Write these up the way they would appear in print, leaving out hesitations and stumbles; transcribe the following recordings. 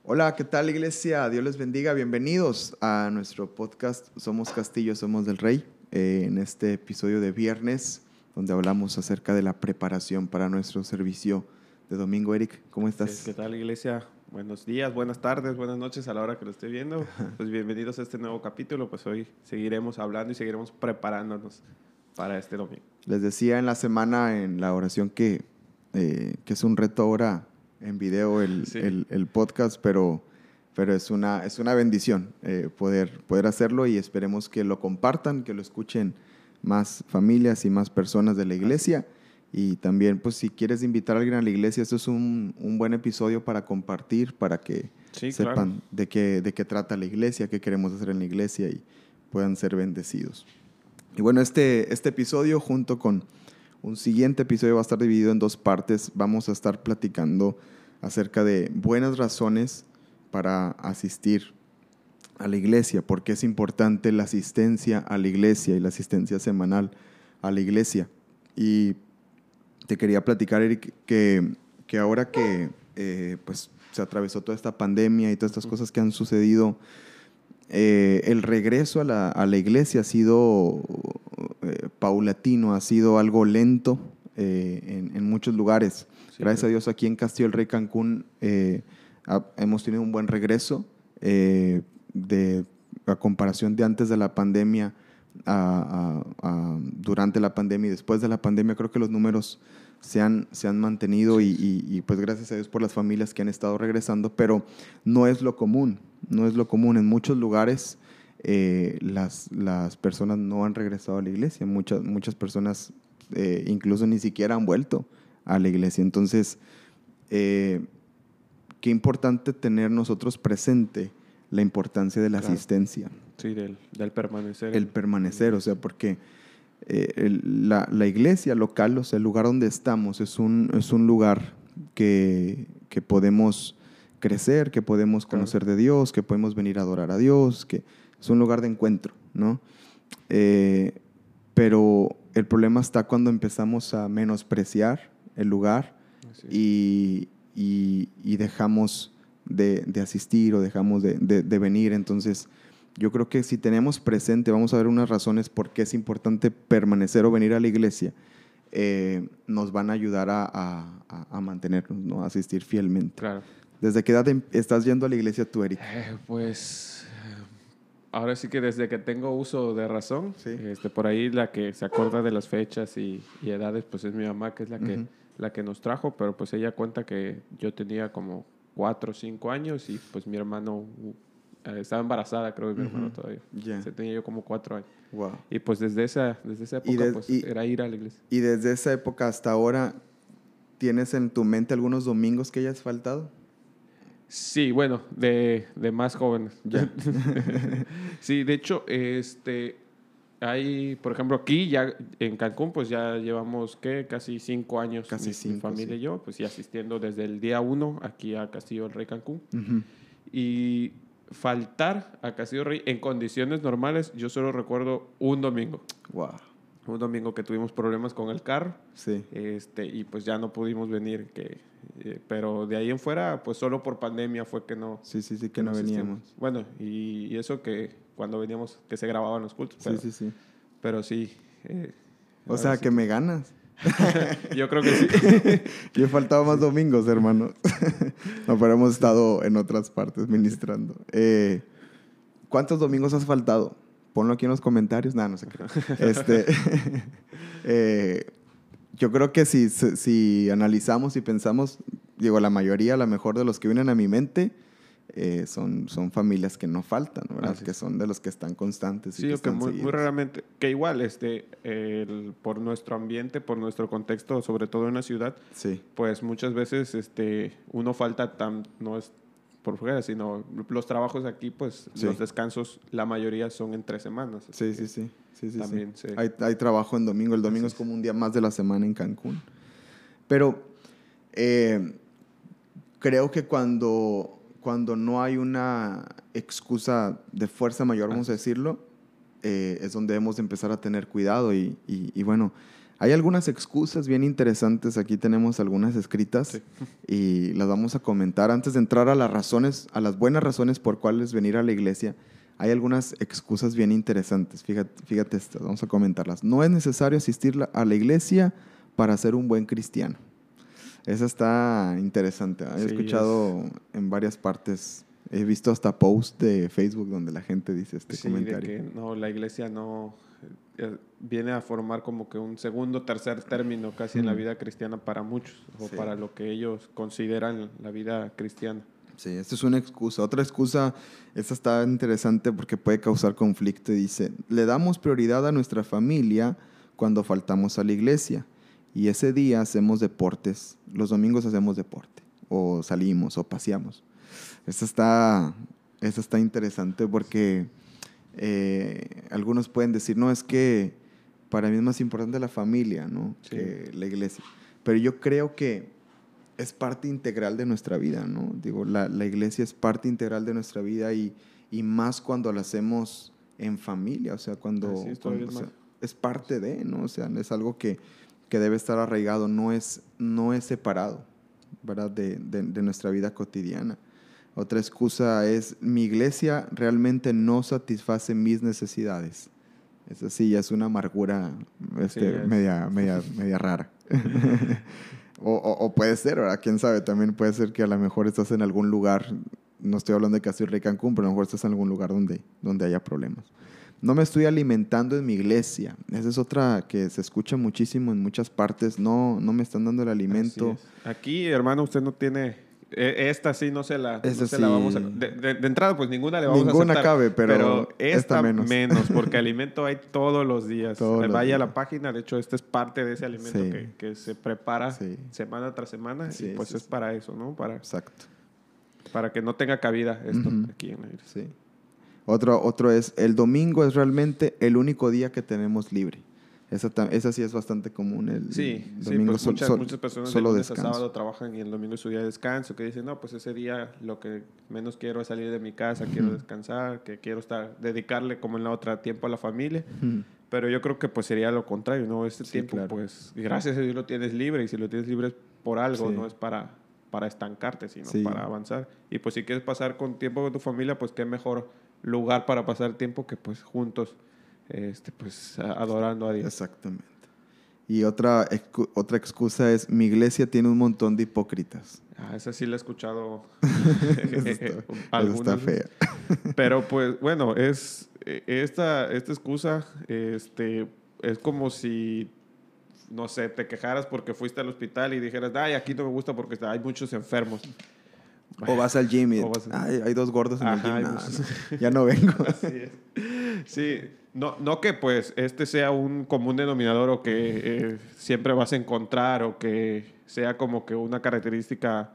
Hola, ¿qué tal, iglesia? Dios les bendiga. Bienvenidos a nuestro podcast Somos Castillo, Somos del Rey. En este episodio de viernes, donde hablamos acerca de la preparación para nuestro servicio de domingo. Eric, ¿cómo estás? ¿Qué tal, iglesia? Buenos días, buenas tardes, buenas noches a la hora que lo esté viendo. Pues bienvenidos a este nuevo capítulo. Pues hoy seguiremos hablando y seguiremos preparándonos para este domingo. Les decía en la semana en la oración que es un reto ahora en video Sí. el podcast, pero es una bendición poder hacerlo, y esperemos que lo compartan, que lo escuchen más familias y más personas de la iglesia. Y también, pues, si quieres invitar a alguien a la iglesia, esto es un buen episodio para compartir, para que Sí, sepan claro. de qué trata la iglesia, qué queremos hacer en la iglesia y puedan ser bendecidos. Y bueno, este episodio junto con un siguiente episodio va a estar dividido en dos partes. Vamos a estar platicando acerca de buenas razones para asistir a la iglesia, porque es importante la asistencia a la iglesia y la asistencia semanal a la iglesia. Y te quería platicar, Eric, que ahora que pues se atravesó toda esta pandemia y todas estas cosas que han sucedido, el regreso a la iglesia ha sido paulatino, ha sido algo lento en muchos lugares. Sí, Gracias a claro. Dios, aquí en Castillo del Rey, Cancún, hemos tenido un buen regreso a comparación de antes de la pandemia, durante la pandemia y después de la pandemia. Creo que los números se han mantenido, Sí. y pues gracias a Dios por las familias que han estado regresando, pero no es lo común, no es lo común. En muchos lugares las personas no han regresado a la iglesia, muchas personas incluso ni siquiera han vuelto a la iglesia. Entonces, qué importante tener nosotros presente la importancia de la Claro. asistencia. Sí, del permanecer. El permanecer, o sea, porque la iglesia local, o sea, el lugar donde estamos, es un lugar que podemos crecer, que podemos conocer de Dios, que podemos venir a adorar a Dios, que es un lugar de encuentro, ¿no? Pero el problema está cuando empezamos a menospreciar el lugar y dejamos de asistir o dejamos de venir. Entonces, yo creo que si tenemos presente, vamos a ver unas razones por qué es importante permanecer o venir a la iglesia, nos van a ayudar a mantenernos, ¿no? A asistir fielmente. Claro. ¿Desde qué edad estás yendo a la iglesia tú, Eric? Ahora sí que desde que tengo uso de razón, Sí. por ahí la que se acuerda de las fechas y edades, pues es mi mamá, que es Ujú. la que nos trajo, pero pues ella cuenta que yo tenía como 4 o 5 años y pues mi hermano estaba embarazada, creo, de mi hermano todavía. Ya. Tenía yo como 4 años. Wow. Y pues desde esa época, pues era ir a la iglesia. Y desde esa época hasta ahora, ¿tienes en tu mente algunos domingos que hayas faltado? Sí, bueno, de más jóvenes. Ya. Sí, de hecho, hay, por ejemplo, aquí ya en Cancún, pues ya llevamos, ¿qué? Casi 5 años, Casi mi 5, familia sí. y yo, pues ya asistiendo desde el día 1 aquí a Castillo del Rey Cancún. Ujú. Y faltar a Castillo del Rey en condiciones normales, yo solo recuerdo un domingo. Wow. Un domingo que tuvimos problemas con el carro. Sí. Y pues ya no pudimos venir. Pero de ahí en fuera, pues solo por pandemia fue que no. Sí, que no veníamos. Bueno, y eso que cuando veníamos, que se grababan los cultos. Pero, Sí. Pero sí. O sea, que me ganas. Yo creo que sí. Yo he faltado más domingos, hermano. No, pero hemos estado en otras partes ministrando. ¿Cuántos domingos has faltado? Ponlo aquí en los comentarios. Nada, no sé qué. Yo creo que si analizamos y pensamos, digo, la mayoría, a lo mejor de los que vienen a mi mente, son familias que no faltan, ¿verdad? Que son de los que están constantes. Sí, y que o que están muy raramente, que igual, por nuestro ambiente, por nuestro contexto, sobre todo en la ciudad, sí. pues muchas veces uno falta, no es por fuera, sino los trabajos aquí, pues Sí. los descansos, la mayoría son en 3 semanas. Sí. También Sí. Hay trabajo en domingo. El domingo es como un día más de la semana en Cancún. Pero creo que cuando no hay una excusa de fuerza mayor, vamos a decirlo, es donde debemos de empezar a tener cuidado. Y bueno, Hay algunas excusas bien interesantes, aquí tenemos algunas escritas Sí. y las vamos a comentar. Antes de entrar a las razones, a las buenas razones por cuáles venir a la iglesia, hay algunas excusas bien interesantes. Fíjate estas, vamos a comentarlas. No es necesario asistir a la iglesia para ser un buen cristiano. Esa está interesante. He Sí, escuchado en varias partes, he visto hasta posts de Facebook donde la gente dice este Sí, comentario. de que no, la iglesia no viene a formar como que un segundo, tercer término casi en la vida cristiana para muchos, o Sí. para lo que ellos consideran la vida cristiana. Sí, esta es una excusa. Otra excusa, esta está interesante porque puede causar conflicto. Y dice, le damos prioridad a nuestra familia cuando faltamos a la iglesia. Y ese día hacemos deportes. Los domingos hacemos deporte. O salimos o paseamos. Esta está interesante porque algunos pueden decir, no, es que para mí es más importante la familia, ¿no? Sí. Que la iglesia. Pero yo creo que es parte integral de nuestra vida, ¿no? Digo, la iglesia es parte integral de nuestra vida y más cuando la hacemos en familia, o sea, Así es, todavía o es sea, más. es parte de, ¿no? O sea, es algo que debe estar arraigado, no es separado, ¿verdad? De nuestra vida cotidiana. Otra excusa es, mi iglesia realmente no satisface mis necesidades. Esa sí ya es una amargura Sí, es. media rara. O puede ser, ¿verdad? Quién sabe, también puede ser que a lo mejor estás en algún lugar, no estoy hablando de Castillo Rey Cancún, pero a lo mejor estás en algún lugar donde haya problemas. No me estoy alimentando en mi iglesia. Esa es otra que se escucha muchísimo en muchas partes. No me están dando el alimento. Así es. Aquí, hermano, usted no tiene... Esta sí no se la, Esa no se la vamos a... sí. De entrada, pues ninguna le vamos Ninguna a aceptar. cabe, pero esta esta menos. porque alimento hay todos los días. Todos los Vaya a días. la página, de hecho, este es parte de ese alimento Sí. que se prepara Sí. semana tras semana. Sí, y pues sí, es sí. para eso, ¿no? Exacto. Para que no tenga cabida esto Ujú. aquí en la iglesia. Sí. Otro es, el domingo es realmente el único día que tenemos libre. Esa sí es bastante común. El Sí, domingo pues muchas personas de solo lunes a descanso. sábado trabajan y el domingo es su día de descanso, que dicen, no, pues ese día lo que menos quiero es salir de mi casa, quiero descansar, que quiero dedicarle como en la otra tiempo a la familia. Ujú. Pero yo creo que pues sería lo contrario, ¿no? Este Sí, tiempo, claro. pues gracias a Dios lo tienes libre y si lo tienes libre es por algo, Sí. no es para estancarte, sino Sí. para avanzar. Y pues si quieres pasar tiempo con tu familia, pues qué mejor lugar para pasar tiempo que pues juntos, pues adorando a Dios. Exactamente. Y otra excusa es, mi iglesia tiene un montón de hipócritas. Esa sí la he escuchado Esa está algunas fea. veces. Pero pues bueno, esta excusa es como si, no sé, te quejaras porque fuiste al hospital y dijeras, ay, aquí no me gusta porque hay muchos enfermos. O vas al gym y, O vas a- "Ay, hay 2 gordos en el Ajá, gym. hay No, muchos. no, ya no vengo. Así es. Sí, no que pues sea un común denominador o que siempre vas a encontrar o que sea como que una característica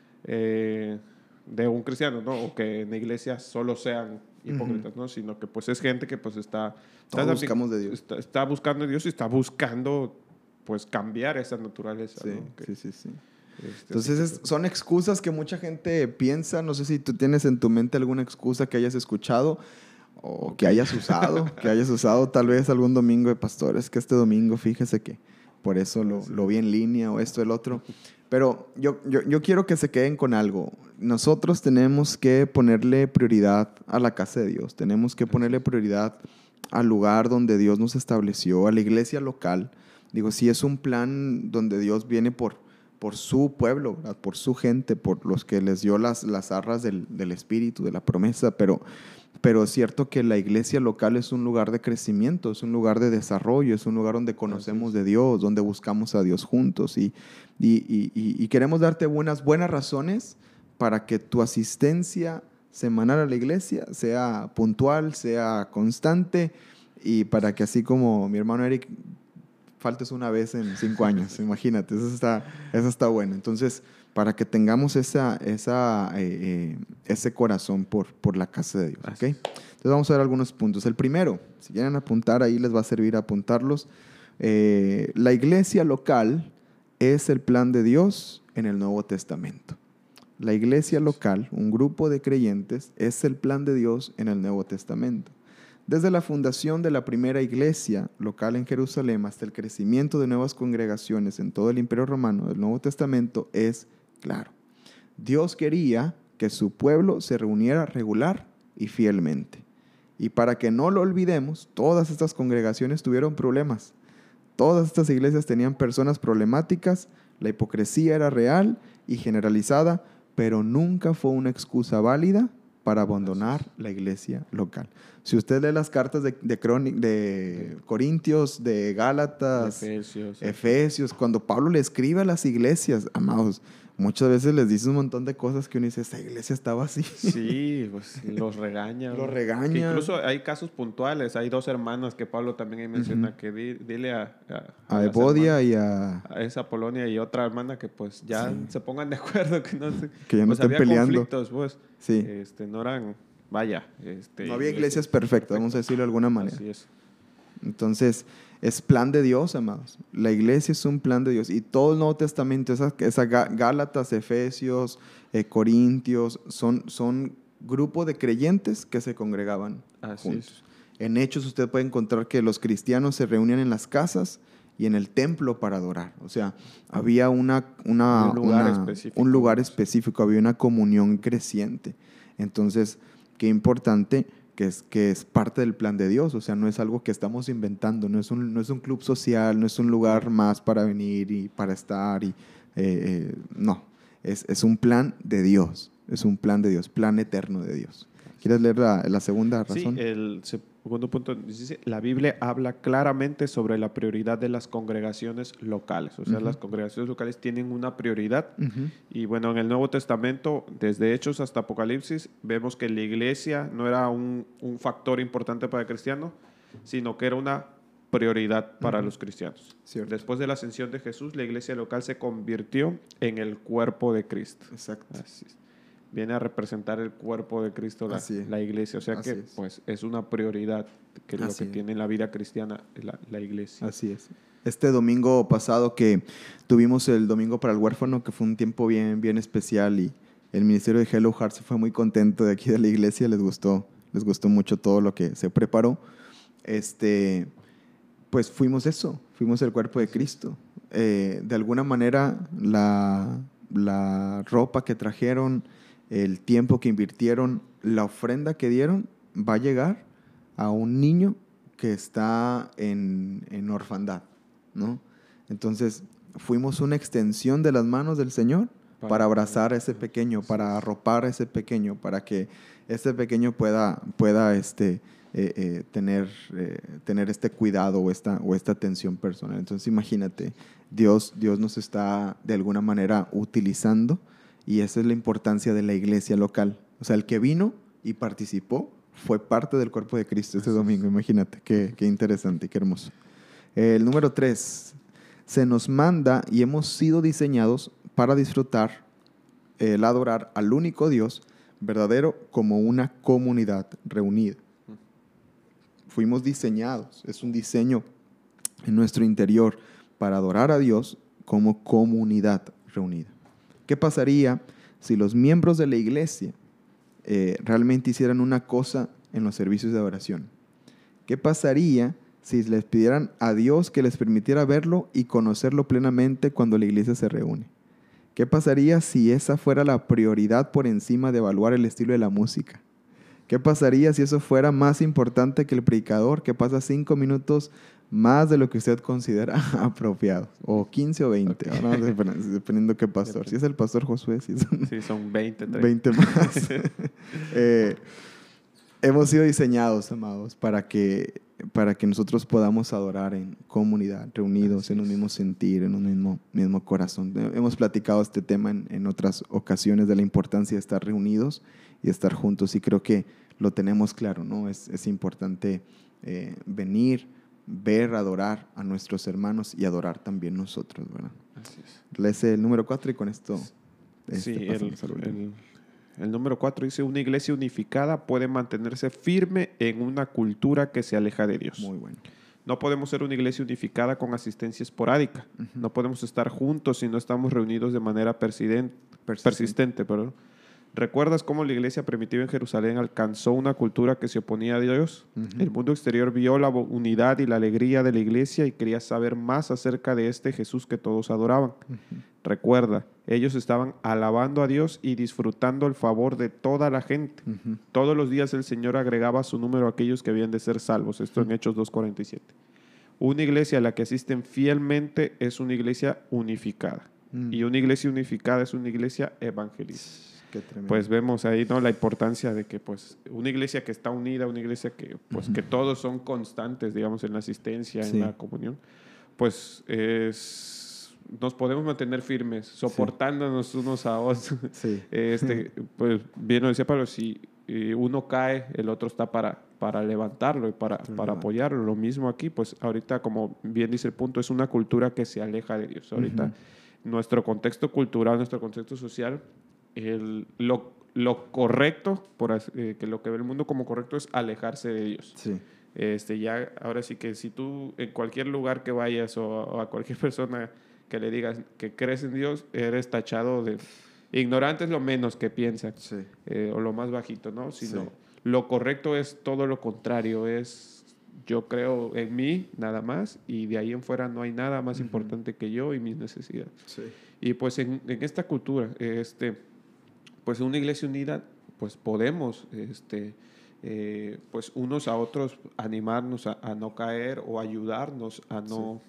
de un cristiano, ¿no? O que en la iglesia solo sean hipócritas, ¿no? Sino que pues es gente que pues Todos buscamos de Dios. está buscando a Dios y está buscando pues cambiar esa naturaleza, Sí, ¿no? Que, sí. así Entonces que, son excusas que mucha gente piensa. No sé si tú tienes en tu mente alguna excusa que hayas escuchado o que hayas usado tal vez algún domingo de pastores, que este domingo fíjese que por eso lo vi en línea o esto, el otro. Pero yo quiero que se queden con algo. Nosotros tenemos que ponerle prioridad a la casa de Dios. Tenemos que ponerle prioridad al lugar donde Dios nos estableció, a la iglesia local. Digo, si es un plan donde Dios viene por su pueblo, ¿verdad? Por su gente, por los que les dio las arras del Espíritu, de la promesa, pero es cierto que la iglesia local es un lugar de crecimiento, es un lugar de desarrollo, es un lugar donde conocemos de Dios, donde buscamos a Dios juntos y queremos darte buenas razones para que tu asistencia semanal a la iglesia sea puntual, sea constante y para que así como mi hermano Eric faltes una vez en 5 años, imagínate, eso está bueno. Entonces, para que tengamos ese corazón por la casa de Dios, ¿ok? Entonces vamos a ver algunos puntos. El primero, si quieren apuntar, ahí les va a servir apuntarlos. La iglesia local es el plan de Dios en el Nuevo Testamento. La iglesia local, un grupo de creyentes, es el plan de Dios en el Nuevo Testamento. Desde la fundación de la primera iglesia local en Jerusalén hasta el crecimiento de nuevas congregaciones en todo el Imperio Romano del Nuevo Testamento es claro. Dios quería que su pueblo se reuniera regular y fielmente. Y para que no lo olvidemos, todas estas congregaciones tuvieron problemas. Todas estas iglesias tenían personas problemáticas, la hipocresía era real y generalizada, pero nunca fue una excusa válida para abandonar la iglesia local. Si usted lee las cartas de Corintios, de Gálatas, Efesios, cuando Pablo le escribe a las iglesias, amados, muchas veces les dice un montón de cosas que uno dice, esta iglesia estaba así. Sí, pues los regaña. Los regaña. Que incluso hay casos puntuales. Hay 2 hermanas que Pablo también ahí menciona que dile a Evodia y a esa Polonia y otra hermana que pues ya se pongan de acuerdo, que no que ya no pues estén había peleando. Conflictos, pues. Sí. No eran, vaya. No había iglesias perfectas, vamos a decirlo de alguna manera. Así es. Entonces, es plan de Dios, amados. La iglesia es un plan de Dios. Y todo el Nuevo Testamento, esa Gálatas, Efesios, Corintios, son grupo de creyentes que se congregaban juntos. En Hechos usted puede encontrar que los cristianos se reunían en las casas y en el templo para adorar. O sea, había un lugar específico, había una comunión creciente. Entonces, qué importante que es parte del plan de Dios. O sea, no es algo que estamos inventando, no es un club social, no es un lugar más para venir y para estar. No, es un plan de Dios, es un plan de Dios, plan eterno de Dios. ¿Quieres leer la segunda razón? Sí, el segundo punto dice, la Biblia habla claramente sobre la prioridad de las congregaciones locales. O sea, las congregaciones locales tienen una prioridad. Y bueno, en el Nuevo Testamento, desde Hechos hasta Apocalipsis, vemos que la iglesia no era un factor importante para el cristiano, sino que era una prioridad para los cristianos. Cierto. Después de la ascensión de Jesús, la iglesia local se convirtió en el cuerpo de Cristo. Exacto. Así es. Viene a representar el cuerpo de Cristo, la iglesia. O sea que pues, es una prioridad que lo que tiene en la vida cristiana la iglesia. Así es. Este domingo pasado que tuvimos el Domingo para el Huérfano, que fue un tiempo bien, bien especial, y el ministerio de Hello Heart se fue muy contento de aquí de la iglesia. Les gustó mucho todo lo que se preparó. Pues fuimos el cuerpo de Cristo. De alguna manera la ropa que trajeron, el tiempo que invirtieron, la ofrenda que dieron, va a llegar a un niño que está en orfandad, ¿no? Entonces, fuimos una extensión de las manos del Señor para abrazar a ese pequeño, para arropar a ese pequeño, para que ese pequeño pueda tener este cuidado o esta atención personal. Entonces, imagínate, Dios nos está de alguna manera utilizando. Y esa es la importancia de la iglesia local. O sea, el que vino y participó fue parte del cuerpo de Cristo este domingo. Imagínate, qué interesante, qué hermoso. El número 3, se nos manda y hemos sido diseñados para disfrutar, el adorar al único Dios verdadero como una comunidad reunida. Fuimos diseñados, es un diseño en nuestro interior para adorar a Dios como comunidad reunida. ¿Qué pasaría si los miembros de la iglesia realmente hicieran una cosa en los servicios de adoración? ¿Qué pasaría si les pidieran a Dios que les permitiera verlo y conocerlo plenamente cuando la iglesia se reúne? ¿Qué pasaría si esa fuera la prioridad por encima de evaluar el estilo de la música? ¿Qué pasaría si eso fuera más importante que el predicador que pasa 5 minutos más de lo que usted considera apropiado? O 15 o 20, ¿no? Dependiendo qué pastor. Si es el pastor Josué, sí son 20, 30. 20 más. Hemos sido diseñados, amados, para que nosotros podamos adorar en comunidad, reunidos en un mismo sentir, en un mismo corazón. Hemos platicado este tema en otras ocasiones de la importancia de estar reunidos y estar juntos, y creo que lo tenemos claro, ¿no? Es importante venir, ver, adorar a nuestros hermanos y adorar también nosotros, ¿verdad? Así es. Lees el número 4 y con esto el número 4 dice, una iglesia unificada puede mantenerse firme en una cultura que se aleja de Dios. Muy bueno. No podemos ser una iglesia unificada con asistencia esporádica. No podemos estar juntos si no estamos reunidos de manera persistente. ¿Recuerdas cómo la iglesia primitiva en Jerusalén alcanzó una cultura que se oponía a Dios? El mundo exterior vio la unidad y la alegría de la iglesia y quería saber más acerca de este Jesús que todos adoraban. Recuerda, ellos estaban alabando a Dios y disfrutando el favor de toda la gente. Todos los días el Señor agregaba a su número a aquellos que habían de ser salvos. Esto en Hechos 2:47. Una iglesia a la que asisten fielmente es una iglesia unificada. Y una iglesia unificada es una iglesia evangelista. Qué tremendo. Pues vemos ahí, ¿no?, la importancia de que pues una iglesia que está unida, una iglesia que pues que todos son constantes, digamos, en la asistencia, en la comunión, pues nos podemos mantener firmes, soportándonos unos a otros. Sí. Pues bien lo decía Pablo, si uno cae, el otro está para levantarlo y para apoyarlo. Lo mismo aquí, pues ahorita, como bien dice el punto, es una cultura que se aleja de Dios. Ahorita nuestro contexto cultural, nuestro contexto social, lo correcto, que lo que ve el mundo como correcto es alejarse de Dios. Sí. Ya, ahora sí que si tú en cualquier lugar que vayas o a cualquier persona que le digas que crees en Dios, eres tachado de ignorante, es lo menos que piensa, o lo más bajito, ¿no? Sino lo correcto es todo lo contrario, es yo creo en mí nada más y de ahí en fuera no hay nada más importante que yo y mis necesidades. Sí. Y pues en esta cultura, pues una iglesia unida, pues podemos, pues unos a otros animarnos a no caer o ayudarnos a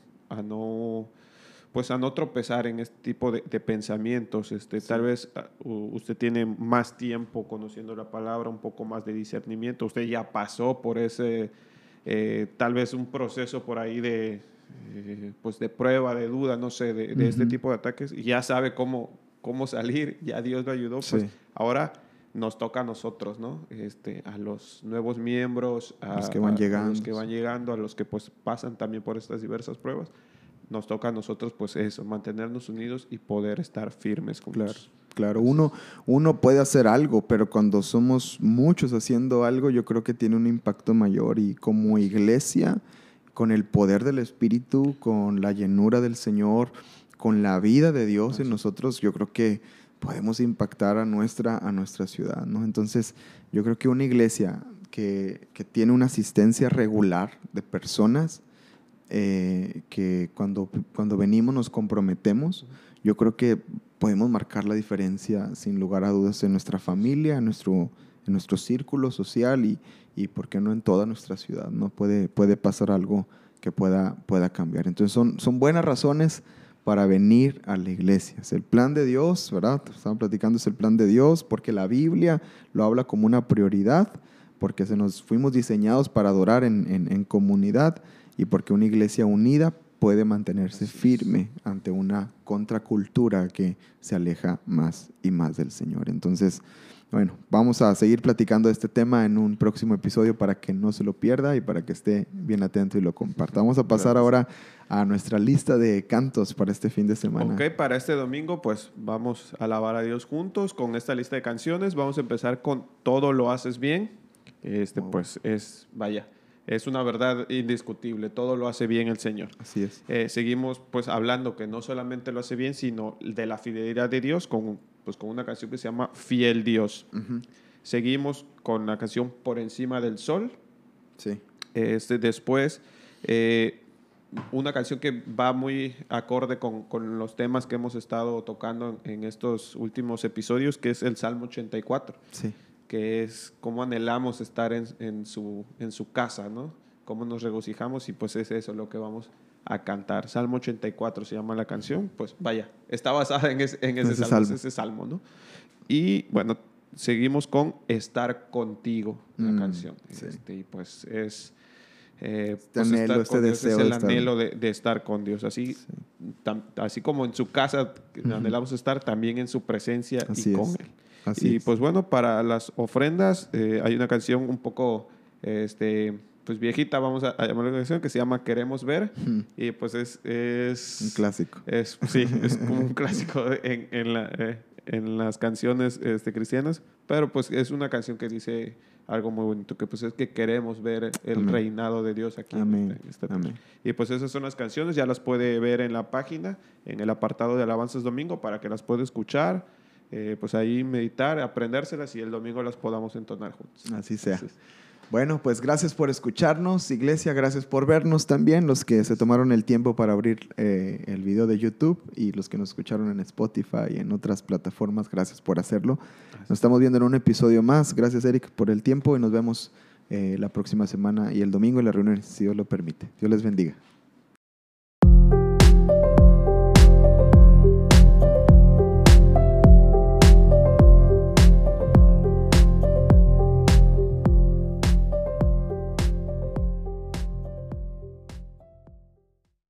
no tropezar en este tipo de pensamientos. Tal vez usted tiene más tiempo conociendo la palabra, un poco más de discernimiento. Usted ya pasó por ese, tal vez un proceso por ahí pues de prueba, de duda, no sé, de este tipo de ataques. Y ya sabe cómo salir, ya Dios lo ayudó. Pues ahora nos toca a nosotros, ¿no? A los nuevos miembros, a los que van llegando, a los que pues pasan también por estas diversas pruebas. Nos toca a nosotros, pues eso, mantenernos unidos y poder estar firmes con Dios. Claro, uno puede hacer algo, pero cuando somos muchos haciendo algo, yo creo que tiene un impacto mayor. Y como iglesia, con el poder del Espíritu, con la llenura del Señor, con la vida de Dios en nosotros, yo creo que podemos impactar a nuestra ciudad, ¿no? Entonces, yo creo que una iglesia que tiene una asistencia regular de personas, que cuando venimos nos comprometemos, yo creo que podemos marcar la diferencia sin lugar a dudas en nuestra familia, en nuestro círculo social y por qué no en toda nuestra ciudad, ¿no? Puede pasar algo que pueda cambiar. Entonces son buenas razones para venir a la iglesia. Es el plan de Dios, ¿verdad? Estamos platicando, es el plan de Dios, porque la Biblia lo habla como una prioridad, porque fuimos diseñados para adorar en comunidad y porque una iglesia unida puede mantenerse firme ante una contracultura que se aleja más y más del Señor. Entonces, bueno, vamos a seguir platicando de este tema en un próximo episodio para que no se lo pierda y para que esté bien atento y lo comparta. Vamos a pasar ahora a nuestra lista de cantos para este fin de semana. Ok, para este domingo, pues vamos a alabar a Dios juntos con esta lista de canciones. Vamos a empezar con Todo lo haces bien. Pues es una verdad indiscutible, todo lo hace bien el Señor. Así es. Seguimos pues hablando que no solamente lo hace bien, sino de la fidelidad de Dios con una canción que se llama Fiel Dios. Seguimos con la canción Por encima del sol. Sí. Después, una canción que va muy acorde con los temas que hemos estado tocando en estos últimos episodios, que es el Salmo 84. Sí. Que es cómo anhelamos estar en su casa, ¿no? Cómo nos regocijamos y pues es eso lo que vamos a cantar. Salmo 84 se llama la canción, pues está basada en ese salmo, ¿no? Y bueno, seguimos con Estar contigo, la canción. Sí. Y pues es... deseo es el anhelo de estar con Dios. Así como en su casa anhelamos estar, también en su presencia y con Él. Así es. Pues bueno, para las ofrendas hay una canción un poco pues viejita, vamos a llamarla una canción que se llama Queremos Ver. Y pues es un clásico. Es como un clásico en las canciones cristianas, pero pues es una canción que dice algo muy bonito, que pues es que queremos ver el reinado de Dios aquí. Amén. En esta tierra. Y pues esas son las canciones, ya las puede ver en la página, en el apartado de Alabanzas Domingo, para que las pueda escuchar. pues ahí meditar, aprendérselas y el domingo las podamos entonar juntos. Así sea. Bueno, pues gracias por escucharnos, iglesia, gracias por vernos también, los que se tomaron el tiempo para abrir el video de YouTube y los que nos escucharon en Spotify y en otras plataformas, gracias por hacerlo. Nos estamos viendo en un episodio más. Gracias, Eric, por el tiempo y nos vemos la próxima semana y el domingo en las reuniones, si Dios lo permite. Dios les bendiga.